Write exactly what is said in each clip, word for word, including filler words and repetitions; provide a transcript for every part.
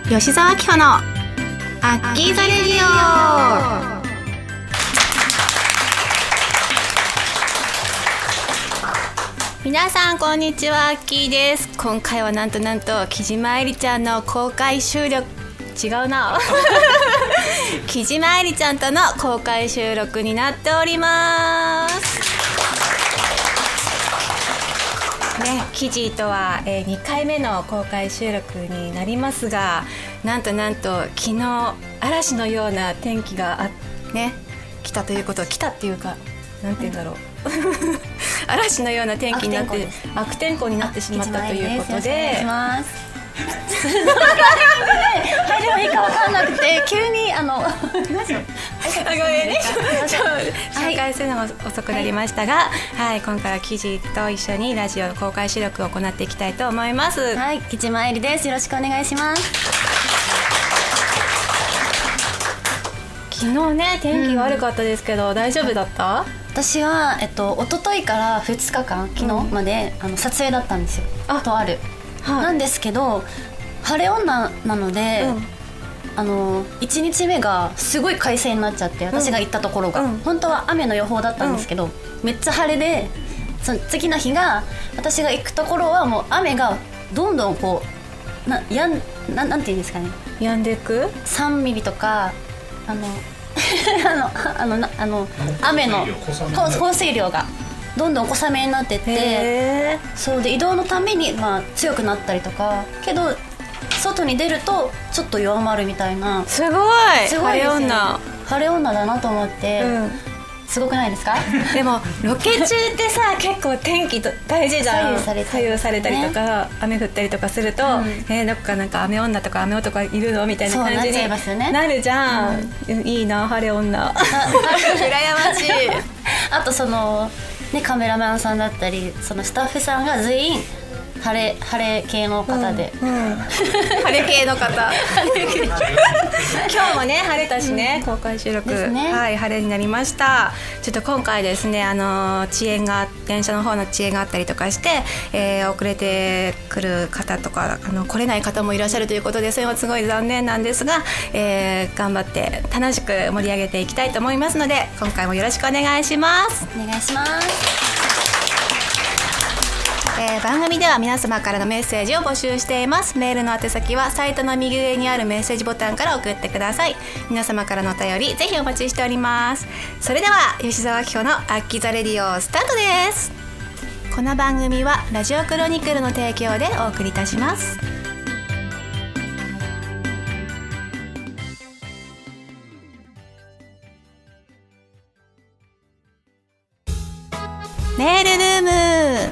吉澤明穂のアッキーザレディオ。皆さんこんにちは、アッキーです。今回はなんとなんと木島愛理ちゃんの公開収録、違うな木島愛理ちゃんとの公開収録になっておりますね。記事とは、えー、にかいめの公開収録になりますが、なんとなんと昨日嵐のような天気があね来たということ、来たっていうかなんて言うんだろう嵐のような天気になって悪天候になってしまったということで、 入ればいいか分かんなくて急にあのごめんね紹介するのも遅くなりましたが、はいはい、今回は記事と一緒にラジオ公開収録を行っていきたいと思います。 はい、木島愛理です。よろしくお願いします。 昨日ね天気が悪かったですけど、うん、大丈夫だった？ 私は、えっと、一昨日からふつかかん昨日まで、うん、あの撮影だったんですよ。あとある、はい、なんですけど晴れ女なので、うん、あのいちにちめがすごい快晴になっちゃって、私が行ったところが、うん、本当は雨の予報だったんですけど、うん、めっちゃ晴れで、その次の日が私が行くところはもう雨がどんどんこう な, やん な, なんていうんですかね、 やんでいくさんミリとかあのあのあのあの雨の降水量がどんどん小雨になってって、そうで移動のために、まあ、強くなったりとか、けど外に出るとちょっと弱まるみたいな。 すごいすごいですよね。晴れ女晴れ女だなと思って、うん、すごくないですか？ でもロケ中ってさ結構天気と大事じゃん。 左右されたり、 左右されたりとか、ね、雨降ったりとかすると、うん、えー、どっかなんか雨女とか雨男いるのみたいな感じに な, ね、なるじゃん、うん、いいな晴れ女羨ましいあとそのね、カメラマンさんだったりそのスタッフさんが全員晴れ、晴れ系の方で、うんうん、 晴れ系の方今日もね晴れたしね、うん、公開収録、ね、はい、晴れになりました。ちょっと今回ですね、あの遅延が電車の方の遅延があったりとかして、えー、遅れてくる方とかあの来れない方もいらっしゃるということで、それはすごい残念なんですが、えー、頑張って楽しく盛り上げていきたいと思いますので、今回もよろしくお願いします。 お願いします。 えー、番組では皆様からのメッセージを募集しています。メールの宛先はサイトの右上にあるメッセージボタンから送ってください。皆様からのお便りぜひお待ちしております。それでは吉澤明穂のアッキーザレディオスタートです。この番組はラジオクロニクルの提供でお送りいたします。メールルーム。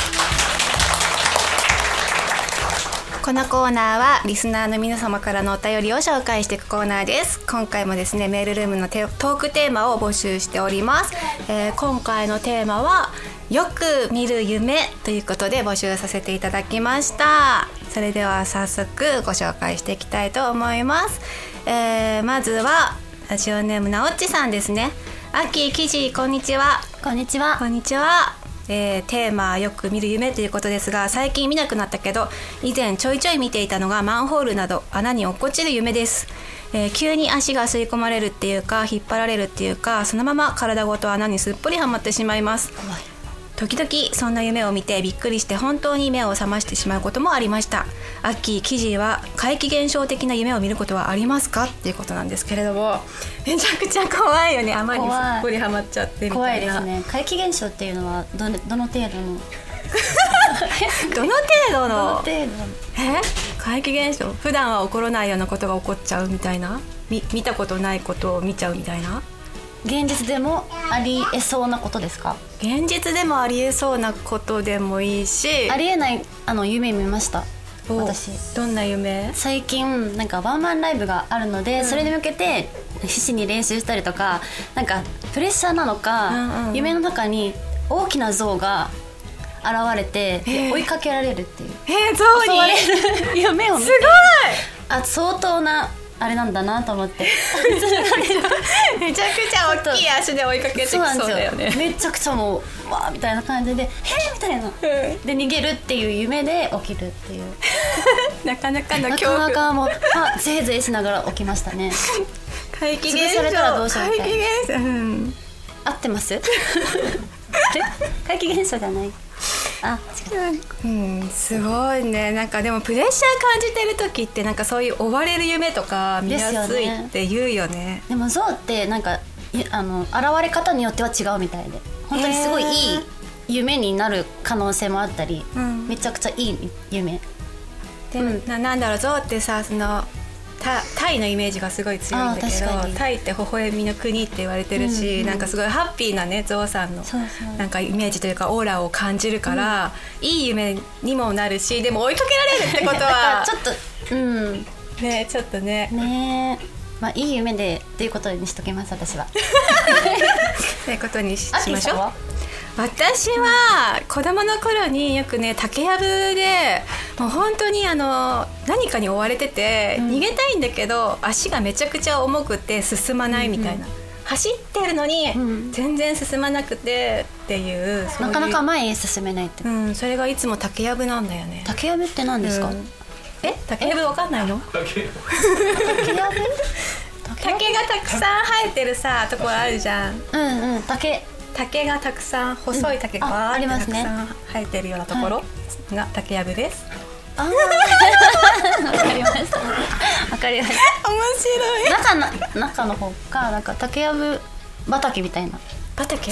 このコーナーはリスナーの皆様からのお便りを紹介していくコーナーです。今回もですねメールルームのトークテーマを募集しております。えー、今回のテーマはよく見る夢ということで募集させていただきました。それでは早速ご紹介していきたいと思います。えー、まずはラジオネームなおっちさんですね。アッキー、キジ、こんにちは。 こんにちは。 こんにちは。えー、テーマよく見る夢ということですが、最近見なくなったけど以前ちょいちょい見ていたのがマンホールなど穴に落っこちる夢です。えー、急に足が吸い込まれるっていうか引っ張られるっていうか、そのまま体ごと穴にすっぽりはまってしまいます。時々そんな夢を見てびっくりして本当に目を覚ましてしまうこともありました。アッキー、キジは怪奇現象的な夢を見ることはありますかっていうことなんですけれども、めちゃくちゃ怖いよね。穴にすっぽりはまっちゃってみたいな。 怖いですね。怪奇現象っていうのは ど, どの程度のどの程度のどの程度のえ怪奇現象、普段は起こらないようなことが起こっちゃうみたいな、 見, 見たことないことを見ちゃうみたいな。 現実でもありえそうなことですか？ 現実でもありえそうなことでもいいし、 ありえないあの夢見ました。私どんな夢？ 最近なんかワンマンライブがあるので、うん、それに向けて必死に練習したりとか、なんかプレッシャーなのか、うんうん、夢の中に大きな象が現れて追いかけられるっていう、 えー、象に襲われる夢を見て、すごいあ相当なあれなんだなと思ってめちゃくちゃ大きい足で追いかけてきそうだよね。 めちゃくちゃもうわーみたいな感じで、へーみたいな、うん、で逃げるっていう夢で起きるっていうなかなかの恐怖、 なかなかもうあぜいぜいしながら起きましたね。 怪奇現象、 潰されたらどうしようみたいな。 怪奇現象、うん、 合ってます怪奇現象じゃない。あ、 うん、すごいね。なんかでもプレッシャー感じてる時ってなんかそういう追われる夢とか見やすいって言うよね。 でも象ってなんかあの現れ方によっては違うみたいで、本当にすごいいい夢になる可能性もあったり、うん、めちゃくちゃいい夢でも、うん、な, なんだろう象ってさ、そのタイのイメージがすごい強いんだけど、タイって微笑みの国って言われてるし、うんうん、なんかすごいハッピーなね象さんのなんかイメージというかオーラを感じるから、うん、いい夢にもなるし、でも追いかけられるってことはちょっとうんね、ちょっとねね、まあいい夢でっていうことにしときます、私はということに し, しましょう。私は子供の頃によくね竹やぶでもう本当にあの何かに追われてて、うん、逃げたいんだけど足がめちゃくちゃ重くて進まないみたいな、うんうん、走ってるのに全然進まなくてっていう、うん、そういうなかなか前へ進めないって、 うん、それがいつも竹やぶなんだよね。 竹やぶって何ですか？うん、 え竹やぶわかんないの？竹やぶ竹がたくさん生えてるさところあるじゃん。 うんうん、竹竹がたくさん細い竹がバーってたくさん生えてるようなところが竹やぶです。 あーわかりましたわかりました。 面白い。 中の中の方か、なんか竹やぶ畑みたいな畑どう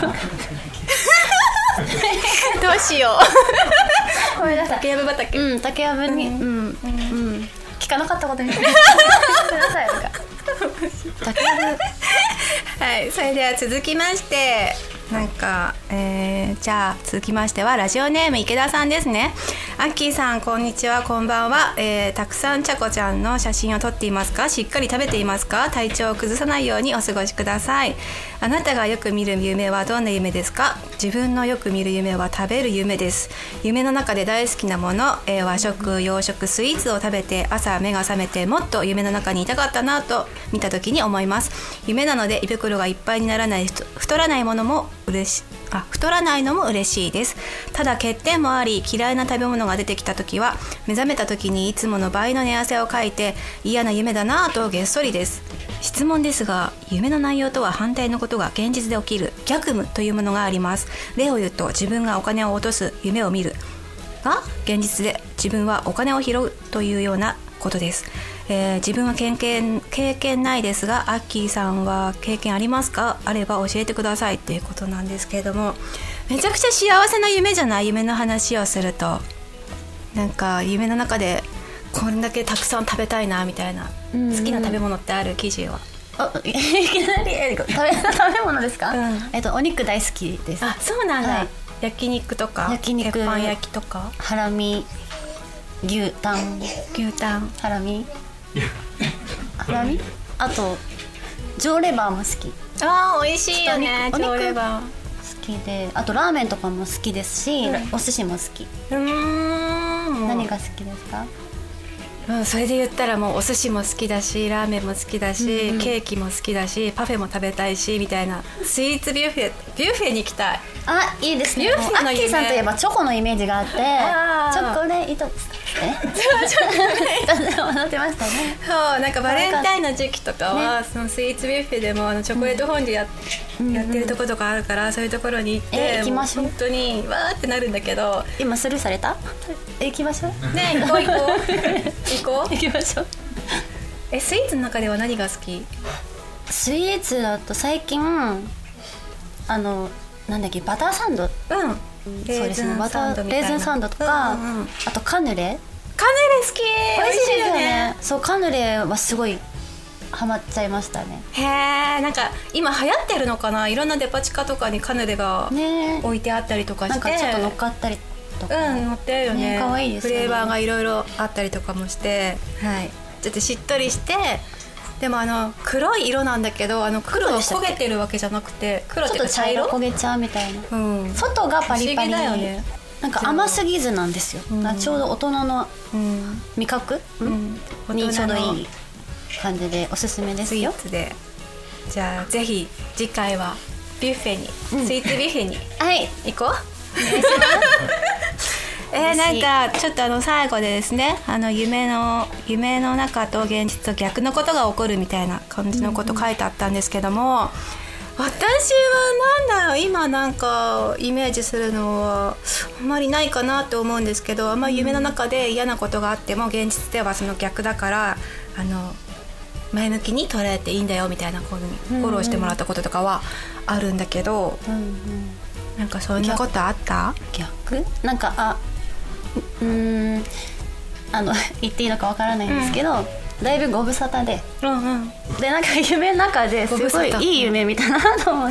しよう。ごめんなさい。竹やぶ畑。 うん、竹やぶに、うん、うん、うん、聞かなかったことにする。ごめんなさい。竹やぶ。 はい、それでは続きましてなんか、えー、じゃあ続きましてはラジオネーム池田さんですね。アッキーさんこんにちは、こんばんは、えー、たくさんちゃこちゃんの写真を撮っていますか？しっかり食べていますか？体調を崩さないようにお過ごしください。あなたがよく見る夢はどんな夢ですか？自分のよく見る夢は食べる夢です。夢の中で大好きなもの、えー、和食洋食スイーツを食べて朝目が覚めてもっと夢の中にいたかったなと見た時に思います。夢なので胃袋がいっぱいにならない、太らないものも嬉しあ太らないのも嬉しいです。ただ欠点もあり、嫌いな食べ物が出てきた時は目覚めた時にいつもの倍の寝汗をかいて嫌な夢だなぁとげっそりです。質問ですが、夢の内容とは反対のことが現実で起きる逆夢というものがあります。例を言うと、自分がお金を落とす夢を見るが現実で自分はお金を拾うというようなことです。えー、自分は経験、経験ないですが、アッキーさんは経験ありますか？あれば教えてくださいっていうことなんですけれども、めちゃくちゃ幸せな夢じゃない？夢の話をするとなんか夢の中でこんだけたくさん食べたいなみたいな、うんうん、好きな食べ物ってある？記事はあいきなり食べ、食べ物ですか？うん、えっとお肉大好きです。 あ、そうなんだ、はい、焼肉とか焼肉、 鉄板焼きとかハラミ、牛タン牛タンハラミハラミ、あと上レバーも好き。 あー美味しいよね、上レバー好きで、あとラーメンとかも好きですし、うん、お寿司も好き。うーん、何が好きですか？ うん、それで言ったらもうお寿司も好きだし、ラーメンも好きだし、うんうん、ケーキも好きだし、パフェも食べたいしみたいな、スイーツビュッフェビュッフェに行きたい。 あ、いいですね。アッキーさんといえばチョコのイメージがあって、チョコレートですか？えチョコレート笑ってましたね。 そう、なんかバレンタインの時期とかは、ね、そのスイーツビュッフェでもあのチョコレートフォンデュ や,、うん、やってるとことかあるから、そういうところに行って、 えー、行きましょう。 本当にわーってなるんだけど、 今スルーされた？え、行きましょうね。行こう行こう行こう行きましょう。 え、スイーツの中では何が好き？ スイーツだと最近あのなんだっけ、バターサンド、うん、そうですね、バターレーズンサンドとか、うんうん、あとカヌレカヌレ好き、 美味しいよね。そう、カヌレはすごいハマっちゃいましたね。 へえ、なんか今流行ってるのかな、いろんなデパ地下とかにカヌレが置いてあったりとかして、 なんかちょっと乗っかったりとか、 うん、乗ってるよね。 可愛いですよね。 フレーバーがいろいろあったりとかもして、はい、ちょっとしっとりして、でもあの黒い色なんだけど、あの黒が焦げてるわけじゃなくて、黒っていうか茶色、 ちょっと茶色焦げちゃうみたいな、うん、外がパリパリだよね。なんか甘すぎずなんですよ、うん、ちょうど大人の味覚、うんうん、にちょうどいい感じでおすすめですよ。 スイーツで、じゃあぜひ次回はビュッフェに、うん、スイーツビュッフェにはい行こう。お願いしますえー、なんかちょっとあの最後でですね、あの夢の夢の中と現実と逆のことが起こるみたいな感じのこと書いてあったんですけども、うんうん、私はなんだろう、今なんかイメージするのはあんまりないかなと思うんですけど、あんまり夢の中で嫌なことがあっても現実ではその逆だから、あの前向きに捉えていいんだよみたいなことにフォローしてもらったこととかはあるんだけど、うんうん、なんかそんなことあった？ 逆？なんかあうーんあの言っていいのかわからないんですけど、うん、だいぶご無沙汰で、うんうん、でなんか夢の中ですごいいい夢見たなと思って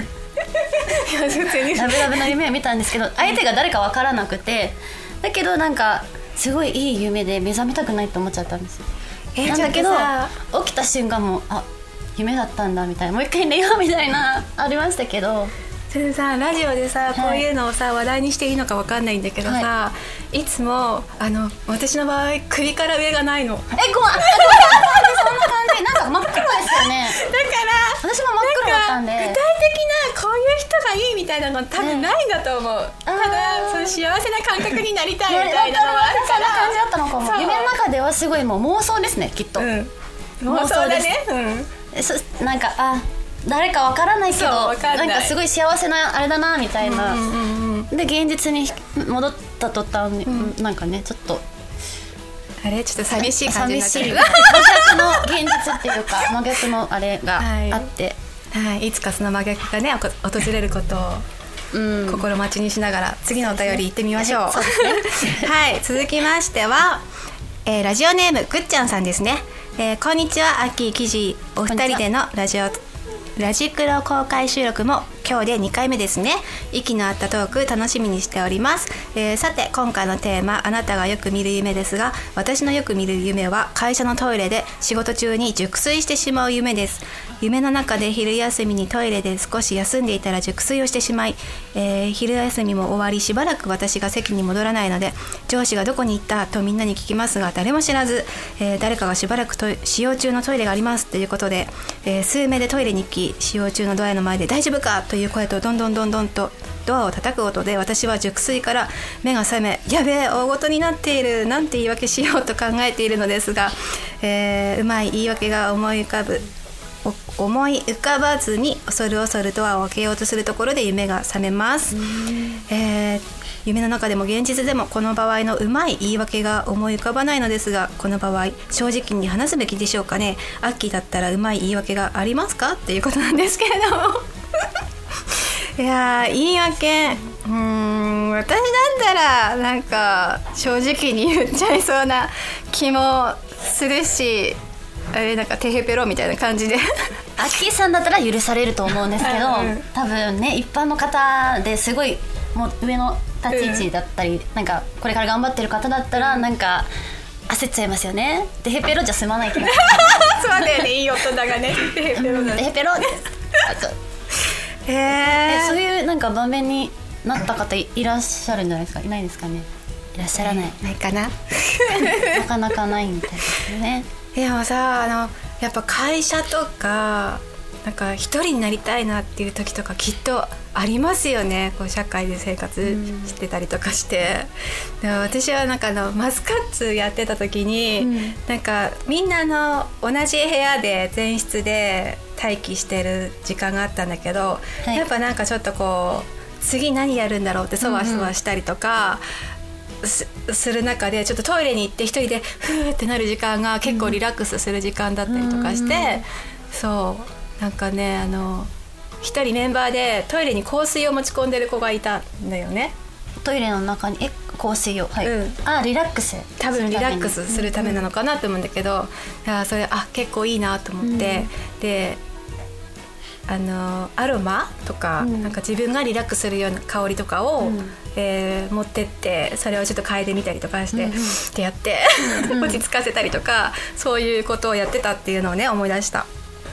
ラブラブな夢を見たんですけど、相手が誰かわからなくて、だけどなんかすごいいい夢で目覚めたくないと思っちゃったんですよ。えなんだけど起きた瞬間もあ夢だったんだみたいな、もう一回寝ようみたいなありましたけど、 それさラジオでさ、はい、こういうのをさ話題にしていいのか分かんないんだけどさ、はい、いつもあの私の場合首から上がないの。えごめん、そんな感じ、なんか真っ黒ですよね。 だから私も真っ黒だったんで、 具体的なこういう人がいいみたいなの多分ないんだと思う、ただその幸せな感覚になりたいみたいなのはあるから、 そんな感じだったのかも。夢の中ではすごいもう妄想ですねきっと、うん、 妄想だね、 うん、そなんかあ誰かわからないけどな, なんかすごい幸せなあれだなみたいな、うんうんうん、で現実に戻った途端に、うん、なんかねちょっとあれちょっと寂しい感じになってる、 真逆の現実っていうか真逆のあれがあって、 はいはい、いつかその真逆がね訪れることをうん、心待ちにしながら次のお便り行ってみましょう。そうですねはい、続きましては、えー、ラジオネームぐっちゃんさんですね、えー、こんにちは、アッキー、キジお二人でのラジオラジクロ公開収録も今日でにかいめですね。息の合ったトーク楽しみにしております、えー、さて今回のテーマ、あなたがよく見る夢ですが、私のよく見る夢は会社のトイレで仕事中に熟睡してしまう夢です。夢の中で昼休みにトイレで少し休んでいたら熟睡をしてしまい、えー、昼休みも終わりしばらく私が席に戻らないので、上司がどこに行ったとみんなに聞きますが誰も知らず、えー、誰かがしばらくと使用中のトイレがありますということで、えー、数名でトイレに行き、使用中のドアの前で大丈夫かという声とどんどんどんどんとドアを叩く音で、私は熟睡から目が覚め、やべえ大ごとになっている、なんて言い訳しようと考えているのですが、えー、うまい言い訳が思い浮かぶ思い浮かばずに恐る恐るドアを開けようとするところで夢が覚めます、えー、夢の中でも現実でもこの場合のうまい言い訳が思い浮かばないのですが、この場合正直に話すべきでしょうかね。アッキーだったらうまい言い訳がありますかっていうことなんですけれどもいや言い訳、うーん私だったらなんか正直に言っちゃいそうな気もするし、あれなんかテヘペロみたいな感じでアッキーさんだったら許されると思うんですけど、うん、多分ね一般の方ですごいもう上の立ち位置だったり、うん、なんかこれから頑張ってる方だったらなんか焦っちゃいますよね。テヘペロじゃ済まないけどそうだよね、いい大人がねテヘペロだね、 テヘペロへえそういうなんか場面になった方 い, いらっしゃるんじゃないですか。いないですかね。いらっしゃらない、 ないかななかなかないみたいですよね。 でもさ、あのやっぱ会社とかなんか一人になりたいなっていう時とかきっとありますよね。こう社会で生活してたりとかして、うん、で私はなんかあのマスカッツやってた時に、うん、なんかみんなの同じ部屋で全室で待機してる時間があったんだけど、はい、やっぱなんかちょっとこう次何やるんだろうってそわそわしたりとか、うんうんす, する中でちょっとトイレに行って一人でふーってなる時間が結構リラックスする時間だったりとかして、うん、そうなんかねあの一人メンバーでトイレに香水を持ち込んでる子がいたんだよね。 トイレの中にえ香水を、はいうん、あリラックス多分リラックスするためなのかなと思うんだけど、うんうん、それあ結構いいなと思って、うん、であのアロマとか、うん、なんか自分がリラックスするような香りとかを、うんえー、持ってってそれをちょっと嗅いでみたりとかして、うんうん、ってやって、うん、落ち着かせたりとかそういうことをやってたっていうのをね思い出した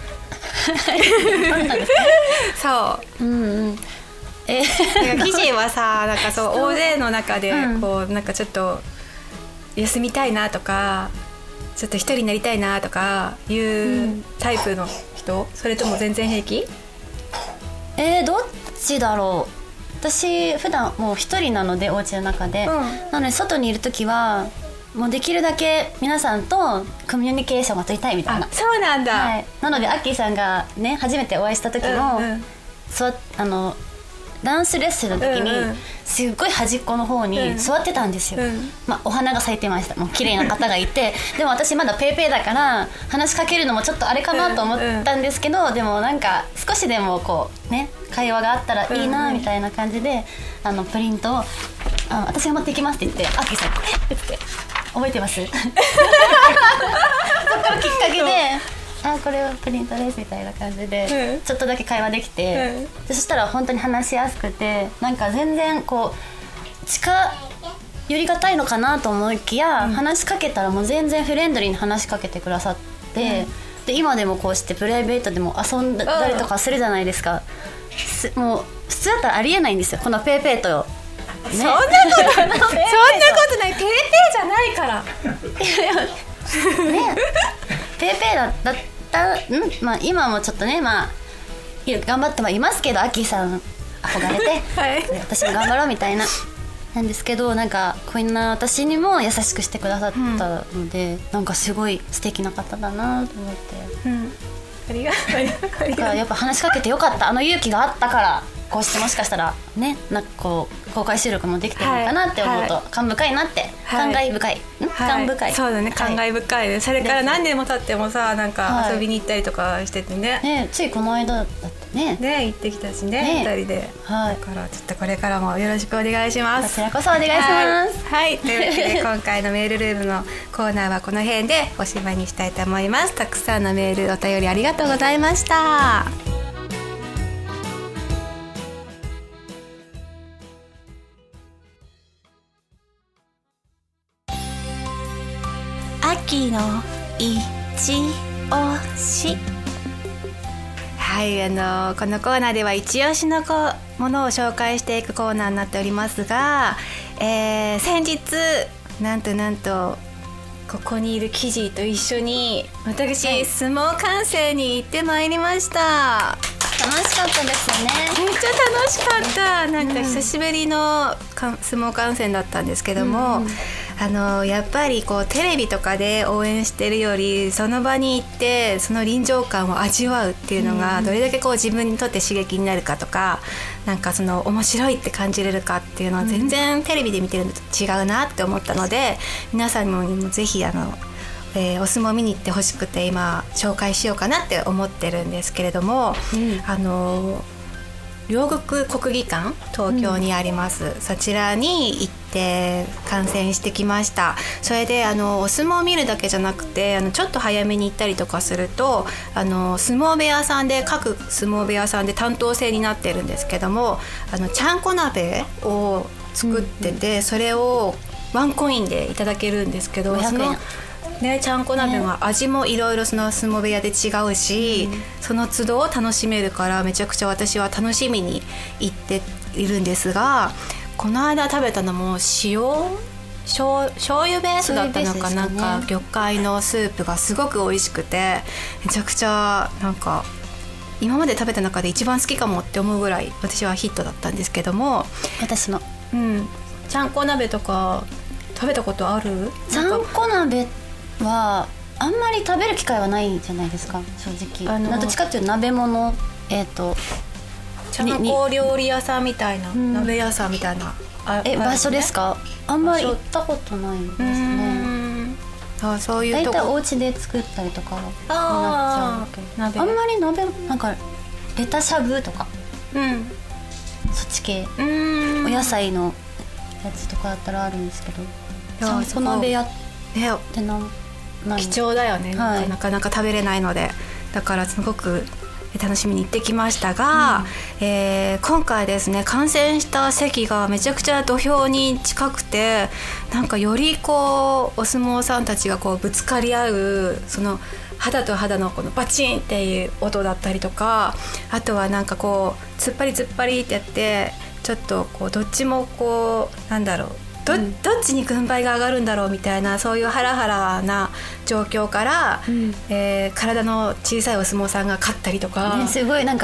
そう、うんうんえー、記事はさなんかそう大勢の中でこう、うん、なんかちょっと休みたいなとかちょっと一人になりたいなとかいうタイプの人、それとも全然平気？ えー、どっちだろう。私普段もう一人なのでお家の中で、うん、なので外にいる時はもうできるだけ皆さんとコミュニケーションが取りたいみたいな。 そうなんだ、 はい、なのでアッキーさんがね初めてお会いした時も、うんうん、そあのダンスレッスンの時に、うんうん、すっごい端っこの方に座ってたんですよ、うん、まあ、お花が咲いてました。もう綺麗な方がいてでも私まだペーペーだから話しかけるのもちょっとあれかなと思ったんですけど、うんうん、でもなんか少しでもこうね会話があったらいいなみたいな感じで、うんうん、あのプリントをあ私が持ってきますって言ってアッキーさんえっって覚えてますそっからきっかけであこれはプリントですみたいな感じで、うん、ちょっとだけ会話できて、うん、でそしたら本当に話しやすくてなんか全然こう近寄りがたいのかなと思いきや、うん、話しかけたらもう全然フレンドリーに話しかけてくださって、うん、で今でもこうしてプライベートでも遊んだりとかするじゃないですか、うん、もう普通だったらありえないんですよこのペーペーと、ね、 そんなことないそんなことないペーペーじゃないからねペーペーだったん、まあ、今もちょっとね、まあ、頑張ってはいますけどアッキーさん憧れて、はい、私も頑張ろうみたいななんですけどなんかこんな私にも優しくしてくださったので、うん、なんかすごい素敵な方だなと思って、うん、 ありがとうだからやっぱ話しかけてよかったあの勇気があったからこうしてもしかしたらねなんかこう公開収録もできてるのかなって思うと、はい、感深いなって、はい、感慨深い、はい、感深いそうだね感慨深いで、はい、それから何年も経ってもさなんか遊びに行ったりとかしててね、はい、 ねついこの間だってねね行ってきたしね、ねふたりで、はい、だからちょっとこれからもよろしくお願いします。 こちらこそお願いします。 はい、はい、というわけで今回のメールルームのコーナーはこの辺でおしまいにしたいと思います。たくさんのメールお便りありがとうございました。アッキーのいちオシ。はい、あのこのコーナーでは一押しのこものを紹介していくコーナーになっておりますが、えー、先日なんとなんとここにいるキジと一緒に私、はい、相撲観戦に行ってまいりました。 楽しかったですよね。 めっちゃ楽しかった。なんか久しぶりの相撲観戦だったんですけども、うん、あのやっぱりこうテレビとかで応援してるよりその場に行ってその臨場感を味わうっていうのがどれだけこう自分にとって刺激になるかとか、なんかその面白いって感じれるかっていうのは全然テレビで見てるのと違うなって思ったので、皆さんにもぜひあのえー、お相撲見に行ってほしくて今紹介しようかなって思ってるんですけれども、うん、あの両国国技館東京にあります、うん、そちらに行って観戦してきました。それであのお相撲を見るだけじゃなくてあのちょっと早めに行ったりとかするとあの相撲部屋さんで各相撲部屋さんで担当制になってるんですけども、あのちゃんこ鍋を作ってて、うんうん、それをワンコインでいただけるんですけど、 ごひゃくえんね、ちゃんこ鍋は味もいろいろその相撲部屋で違うし、うん、その都度を楽しめるからめちゃくちゃ私は楽しみに行っているんですが、この間食べたのも塩醤油ベースだったのか、ね、なんか魚介のスープがすごく美味しくてめちゃくちゃなんか今まで食べた中で一番好きかもって思うぐらい私はヒットだったんですけども、 私の、 うん、ちゃんこ鍋とか食べたことある？ ちゃんこ鍋はあんまり食べる機会はないじゃないですか正直。あのどっちかっていうと鍋物、えっ、ー、とちゃんこ料理屋さんみたいな、鍋屋さんみたいなあえ場所ですか？あんまり行ったことないですね。 あそういうとこ大体お家で作ったりとかになっちゃうけど、 あ, あんまり鍋なんかレタしゃぶとか、うん、そっち系お野菜のやつとかだったらあるんですけど、ちゃんこ鍋やってな貴重だよね、はい、なかなか食べれないので、だからすごく楽しみに行ってきましたが、うんえー、今回ですね観戦した席がめちゃくちゃ土俵に近くて、なんかよりこうお相撲さんたちがこうぶつかり合うその肌と肌のこのバチンっていう音だったりとか、あとはなんかこう突っ張り突っ張りってやってちょっとこうどっちもこうなんだろう ど, どっちに軍配が上がるんだろうみたいな、そういうハラハラな状況から、うんえー、体の小さいお相撲さんが勝ったりとか、 ね、すごいなんか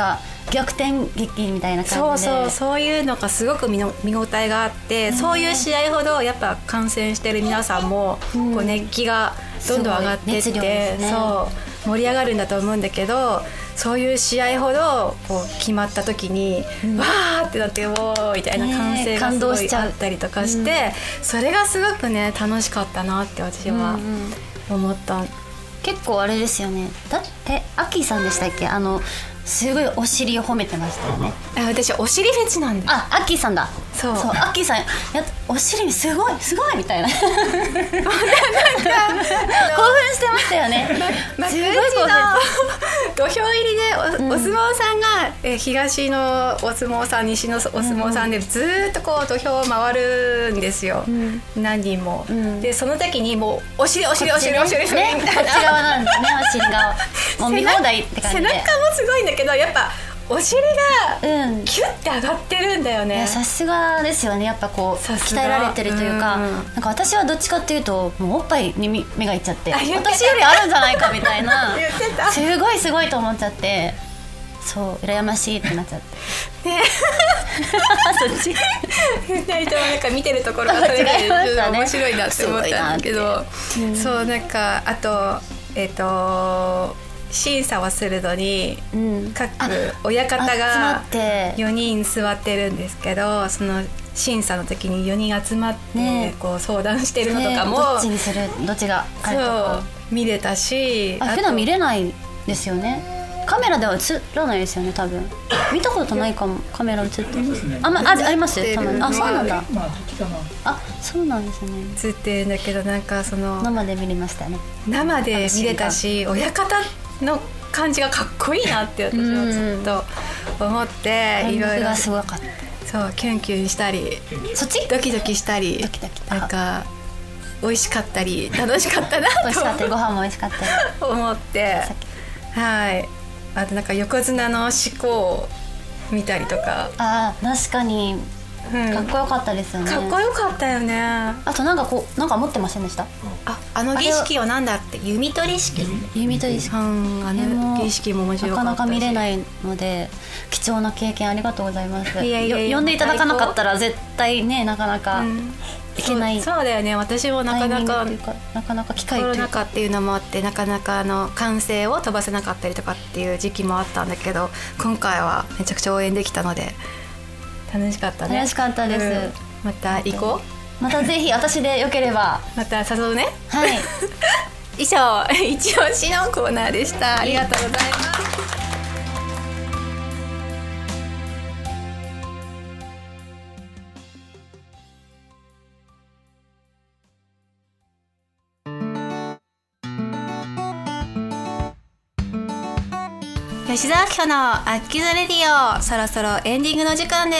逆転劇みたいな感じで、 そうそうそういうのがすごく見の見応えがあって、そういう試合ほどやっぱ観戦してる皆さんもこう熱気がどんどん上がっていって、ね、そう盛り上がるんだと思うんだけど、そういう試合ほどこう決まった時に、うん、わーってなっておーみたいな歓声がすごいあったりとかして、ね、うん、それがすごくね楽しかったなって私は思った、うんうん、 結構あれですよね。だってアッキーさんでしたっけ、あのすごいお尻を褒めてましたよね。 あ、私お尻フェチなんだ。 あ、アッキーさんだ。 そう、 そう、アッキーさんやお尻すごいすごいみたいな興奮してましたよね。 すごい興奮土俵入りで お,、うん、お相撲さんがえ東のお相撲さん、西のお相撲さんでずっとこう土俵を回るんですよ、うん、何人も、うん、でその時にもうお尻お尻お尻お尻お尻、 ね、こっち側なんですね。お尻側もう見放題って感じで、 背中もすごいんだけどやっぱお尻がキュッて上がってるんだよね。 さすがですよね。やっぱこう鍛えられてるというか、うん、なんか私はどっちかっていうともうおっぱいに目がいっちゃって、私よりあるんじゃないかみたいな言ってた。すごいすごいと思っちゃって、そう羨ましいってなっちゃってねそっちふたりともなんか見てるところがそれが面白いなって思ったんだけど、うん、そうなんかあとえっ、ー、と審査をするのに、うん、各親方がよにん座ってるんですけど、その審査の時によにん集まってこう相談してるのとかも、ね、 どっちにするどっちがあるとかそう見れたし、 あ普段見れないですよね。カメラでは映らないですよね多分。見たことないかも。カメラ映ってる、あ、まあ、ありますたまに。あ、そうなんだ。あ、そうなんですね。 映ってるんだけどなんかその生で見れましたね。 生で見れたし、親方の感じがかっこいいなって私はずっと思って、 いろいろがすごかった。 そうキュンキュンしたり、 そっちドキドキしたり、 ドキドキなんか美味しかったり楽しかったなと美味しかったりご飯も美味しかったり思って、はい。あとなんか横綱の志向を見たりとか、 あ確かに、うん、かっこよかったですよね。 かっこよかったよね。 あとなんかこうなんか持ってませんでした？ あ、あの儀式をなんだって弓取り式、 弓取り式、 うん、あの儀式も面白かったし、 なかなか見れないので貴重な経験ありがとうございます。 いやいやいや、 呼んでいただかなかったら絶対ねなかなか、うんいけない。 そう、そうだよね。私もなかなかなかなか機会コロナ禍っていうのもあってなかなかあの歓声を飛ばせなかったりとかっていう時期もあったんだけど、今回はめちゃくちゃ応援できたので楽しかったね。 楽しかったです、うん、 また行こう。またぜひ私でよければまた誘うね。 はい以上一押しのコーナーでした。ありがとうございます。吉田明子のアッキーザレディオ、そろそろエンディングの時間です。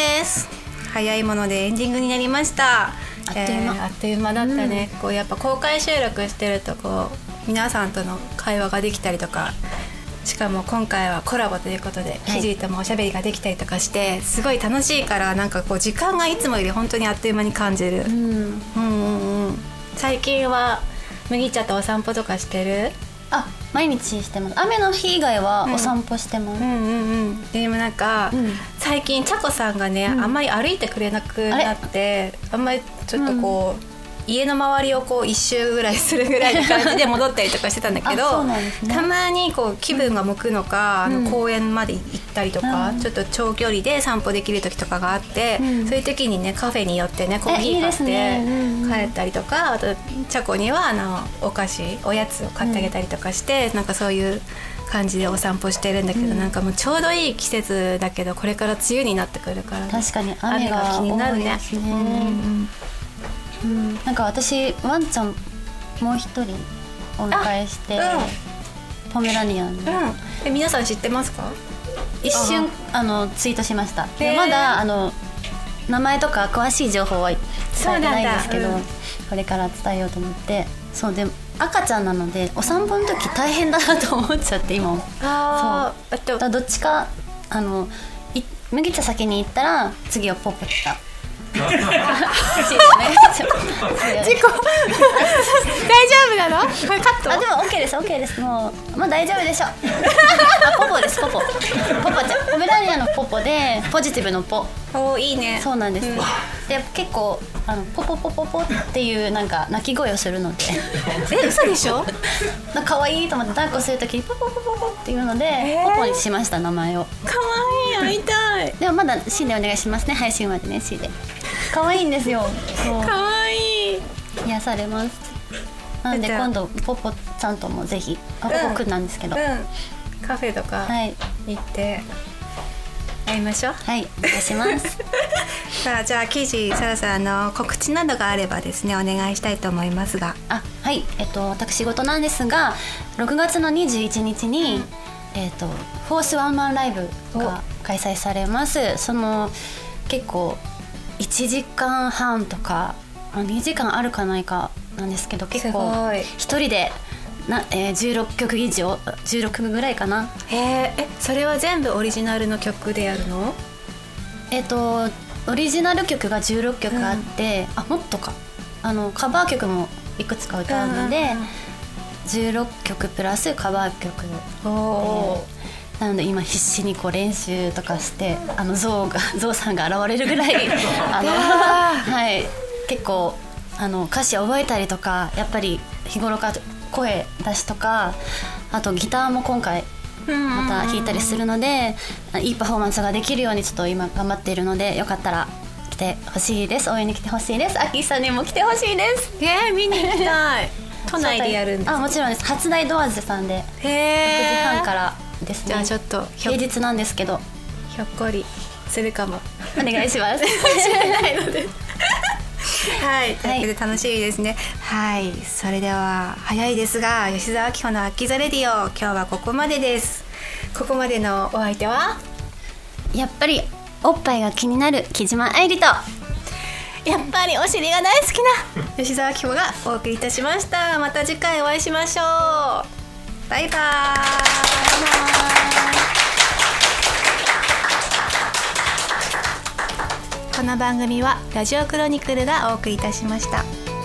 早いものでエンディングになりました。 あっという間、 えー、あっという間だったね、うん、こうやっぱ公開収録してるとこう皆さんとの会話ができたりとか、しかも今回はコラボということでキジともおしゃべりができたりとかして、はい、すごい楽しいから、なんかこう時間がいつもより本当にあっという間に感じる、うん、うんうんうん。最近は麦茶とお散歩とかしてる？ あ、毎日してます。雨の日以外はお散歩してます、 うんうんうんうん、でもなんか、うん、最近ちゃこさんがね、うん、あんまり歩いてくれなくなって、 あ, あんまりちょっとこう、うん、家の周りをこう一周ぐらいするぐらいの感じで戻ったりとかしてたんだけどそうなんですね、たまにこう気分が向くのか、うん、あの公園まで行ったりとか、うん、ちょっと長距離で散歩できる時とかがあって、うん、そういう時にねカフェに寄ってねコーヒー買って帰ったりとか、あとチャコにはあのお菓子おやつを買ってあげたりとかして、うん、なんかそういう感じでお散歩してるんだけど、うん、なんかもうちょうどいい季節だけどこれから梅雨になってくるから、ね、 確かに雨が気になるね。うん、なんか私ワンちゃんもう一人お迎えして、うん、ポメラニアンで、うん、 え皆さん知ってますか？ 一瞬あのツイートしました。でまだあの名前とか詳しい情報は伝えてないんですけど、うん、これから伝えようと思って。そうで赤ちゃんなのでお散歩の時大変だなと思っちゃって今も。あそうだどっちかあの麦茶先に行ったら次はポッポ来た事故大丈夫なの？ これカット？ あでも OK です OK ですもうまあ大丈夫でしょあポポですポポポポちゃんポメラニアンのポポでポジティブのポ。 おーいいね。 そうなんです、うん、で結構あのポポポポポっていうなんか鳴き声をするのでえ嘘でしょなんか可愛いと思って抱っこするときにポポポポポっていうので、えー、ポポにしました名前を。 可愛い会いたい。 でもまだ C でお願いしますね配信までね C で。可愛いんですよ。 可愛い癒されます。なので今度ポポさんともぜひあポポくんなんですけど、 うんうん、カフェとか行って会いましょう。 はいお願いしますさあじゃあ記事サラさんの告知などがあればですねお願いしたいと思いますが。 あはいえっと私事なんですがろくがつのにじゅういちにちに、うんえっとフォースワンマンライブが開催されます。その結構いちじかんはんとかにじかんあるかないかなんですけど結構一人でな、えー、じゅうろっきょく以上じゅうろっきょくぐらいかな。 へえそれは全部オリジナルの曲でやるの？ えっとオリジナル曲がじゅうろっきょくあって、うん、あもっとかあのカバー曲もいくつか歌うので、うんうんうん、じゅうろっきょくプラスカバー曲、おー、なので今必死にこう練習とかしてあのゾウがゾウさんが現れるぐらいあの、はい、結構あの歌詞を覚えたりとかやっぱり日頃から声出しとかあとギターも今回また弾いたりするのでいいパフォーマンスができるようにちょっと今頑張っているのでよかったら来てほしいです。応援に来てほしいです。アッキーさんにも来てほしいです。 えー、見に行きたい都内でやるんですか？ あもちろんです。初台ドアーズさんでろくじはんからですね。 じゃあちょっと平日なんですけどひょっこりするかもお願いします知らないのではい、というわけで楽しみですね。はい、それでは早いですが吉澤明穂のアッキーザレディオ今日はここまでです。ここまでのお相手はやっぱりおっぱいが気になる木島愛理とやっぱりお尻が大好きな吉澤明穂がお送りいたしました。また次回お会いしましょう。バイバーイ。バイバーイ。この番組はラジオクロニクルがお送りいたしました。